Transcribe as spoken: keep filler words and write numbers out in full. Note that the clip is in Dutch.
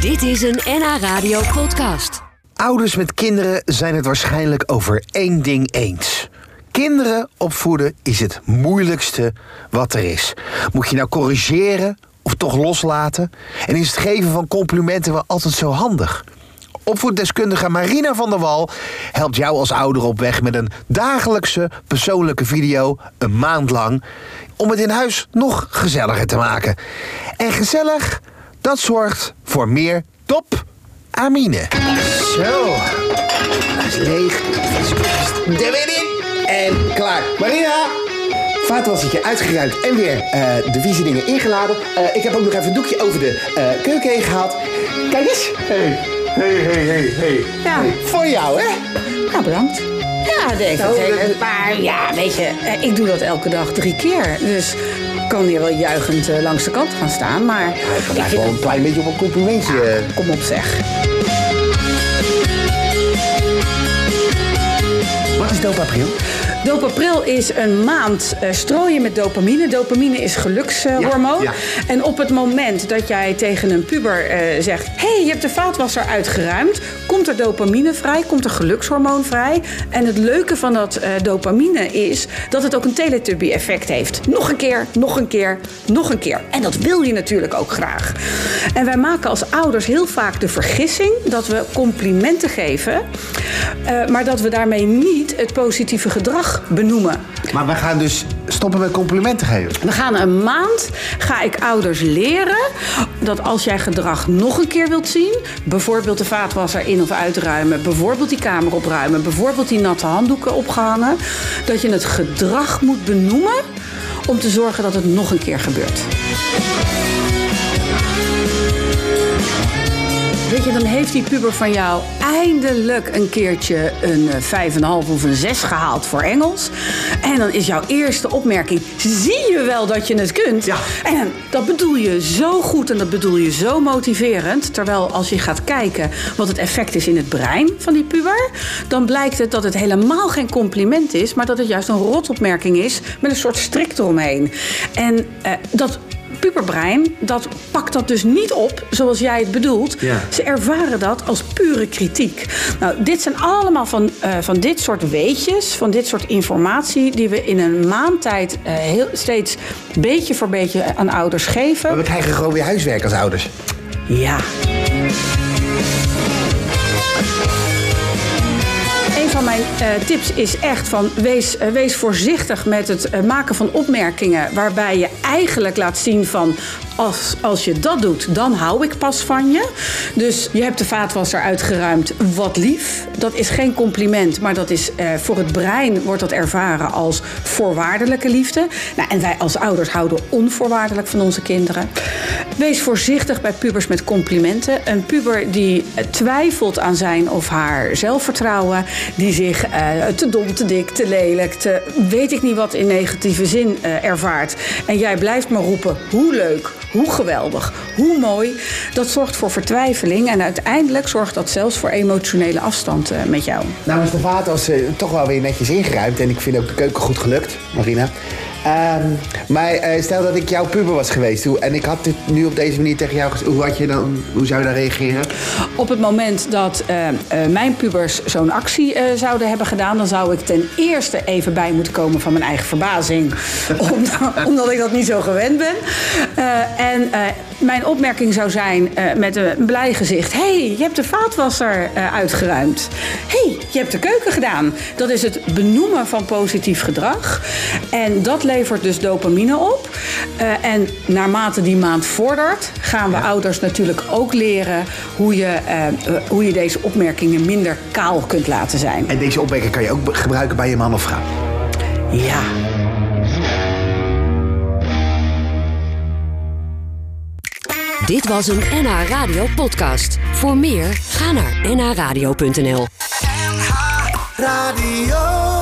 Dit is een N H Radio podcast. Ouders met kinderen zijn het waarschijnlijk over één ding eens. Kinderen opvoeden is het moeilijkste wat er is. Moet je nou corrigeren of toch loslaten? En is het geven van complimenten wel altijd zo handig? Opvoeddeskundige Marina van der Wal helpt jou als ouder op weg met een dagelijkse persoonlijke video, een maand lang, om het in huis nog gezelliger te maken. En gezellig, dat zorgt voor meer dopamine. Zo, dat is leeg. Er weer in en klaar. Marina, vaatwassertje uitgeruimd en weer uh, de vieze dingen ingeladen. Uh, ik heb ook nog even een doekje over de uh, keuken heen gehaald. Kijk eens. Hey. Hey, hey, hey, hey. Ja. Hey. Voor jou, hè? Nou, bedankt. Ja, denk ik. Nou, maar ja, weet je, ik doe dat elke dag drie keer. Dus ik kan hier wel juichend uh, langs de kant gaan staan, maar... Ja, ik kan eigenlijk wel een klein beetje op een complimentje. Ja, kom op, zeg. Wat is Dopapril? Dopapril is een maand uh, strooien met dopamine. Dopamine is gelukshormoon. Uh, ja, ja. En op het moment dat jij tegen een puber uh, zegt... hé, hey, je hebt de vaatwasser uitgeruimd... komt er dopamine vrij, komt er gelukshormoon vrij. En het leuke van dat uh, dopamine is... dat het ook een Teletubby-effect heeft. Nog een keer, nog een keer, nog een keer. En dat wil je natuurlijk ook graag. En wij maken als ouders heel vaak de vergissing... dat we complimenten geven... Uh, maar dat we daarmee niet het positieve gedrag benoemen. Maar we gaan dus stoppen met complimenten geven? We gaan een maand, ga ik ouders leren... dat als jij gedrag nog een keer wilt zien... bijvoorbeeld de vaatwasser in of uitruimen... bijvoorbeeld die kamer opruimen... bijvoorbeeld die natte handdoeken opgehangen... dat je het gedrag moet benoemen... om te zorgen dat het nog een keer gebeurt. Weet je, dan heeft die puber van jou eindelijk een keertje een vijf komma vijf of een zes gehaald voor Engels. En dan is jouw eerste opmerking, zie je wel dat je het kunt? Ja. En dat bedoel je zo goed en dat bedoel je zo motiverend. Terwijl als je gaat kijken wat het effect is in het brein van die puber... dan blijkt het dat het helemaal geen compliment is... maar dat het juist een rotopmerking is met een soort strik eromheen. En uh, dat... puberbrein, dat pakt dat dus niet op zoals jij het bedoelt. Ja. Ze ervaren dat als pure kritiek. Nou, dit zijn allemaal van, uh, van dit soort weetjes, van dit soort informatie... die we in een maand tijd uh, heel, steeds beetje voor beetje aan ouders geven. Maar we krijgen gewoon weer huiswerk als ouders. Ja. Een van mijn uh, tips is echt van wees, uh, wees voorzichtig met het uh, maken van opmerkingen... waarbij je eigenlijk laat zien van... Als, als je dat doet, dan hou ik pas van je. Dus je hebt de vaatwasser uitgeruimd, wat lief. Dat is geen compliment, maar dat is, uh, voor het brein wordt dat ervaren als voorwaardelijke liefde. Nou, en wij als ouders houden onvoorwaardelijk van onze kinderen. Wees voorzichtig bij pubers met complimenten. Een puber die twijfelt aan zijn of haar zelfvertrouwen... die zich uh, te dom, te dik, te lelijk, te weet ik niet wat in negatieve zin uh, ervaart. En jij blijft maar roepen, hoe leuk... hoe geweldig, hoe mooi. Dat zorgt voor vertwijfeling en uiteindelijk zorgt dat zelfs voor emotionele afstand uh, met jou. Nou is de vaatwasser uh, toch wel weer netjes ingeruimd en ik vind ook de keuken goed gelukt, Marina. Um, maar uh, stel dat ik jouw puber was geweest hoe, en ik had dit nu op deze manier tegen jou gezegd, hoe, had je dan, hoe zou je dan reageren? Op het moment dat uh, uh, mijn pubers zo'n actie uh, zouden hebben gedaan... dan zou ik ten eerste even bij moeten komen van mijn eigen verbazing. omdat, omdat ik dat niet zo gewend ben. Uh, en uh, mijn opmerking zou zijn uh, met een blij gezicht... hé, hey, je hebt de vaatwasser uh, uitgeruimd. Hé, hey, je hebt de keuken gedaan. Dat is het benoemen van positief gedrag. En dat levert dus dopamine op. Uh, en naarmate die maand vordert... gaan we ja. ouders natuurlijk ook leren... Hoe je, uh, uh, hoe je deze opmerkingen minder kaal kunt laten zijn. En deze opmerking kan je ook gebruiken bij je man of vrouw? Ja. Dit was een N H Radio podcast. Voor meer, ga naar n h radio punt n l. N H Radio.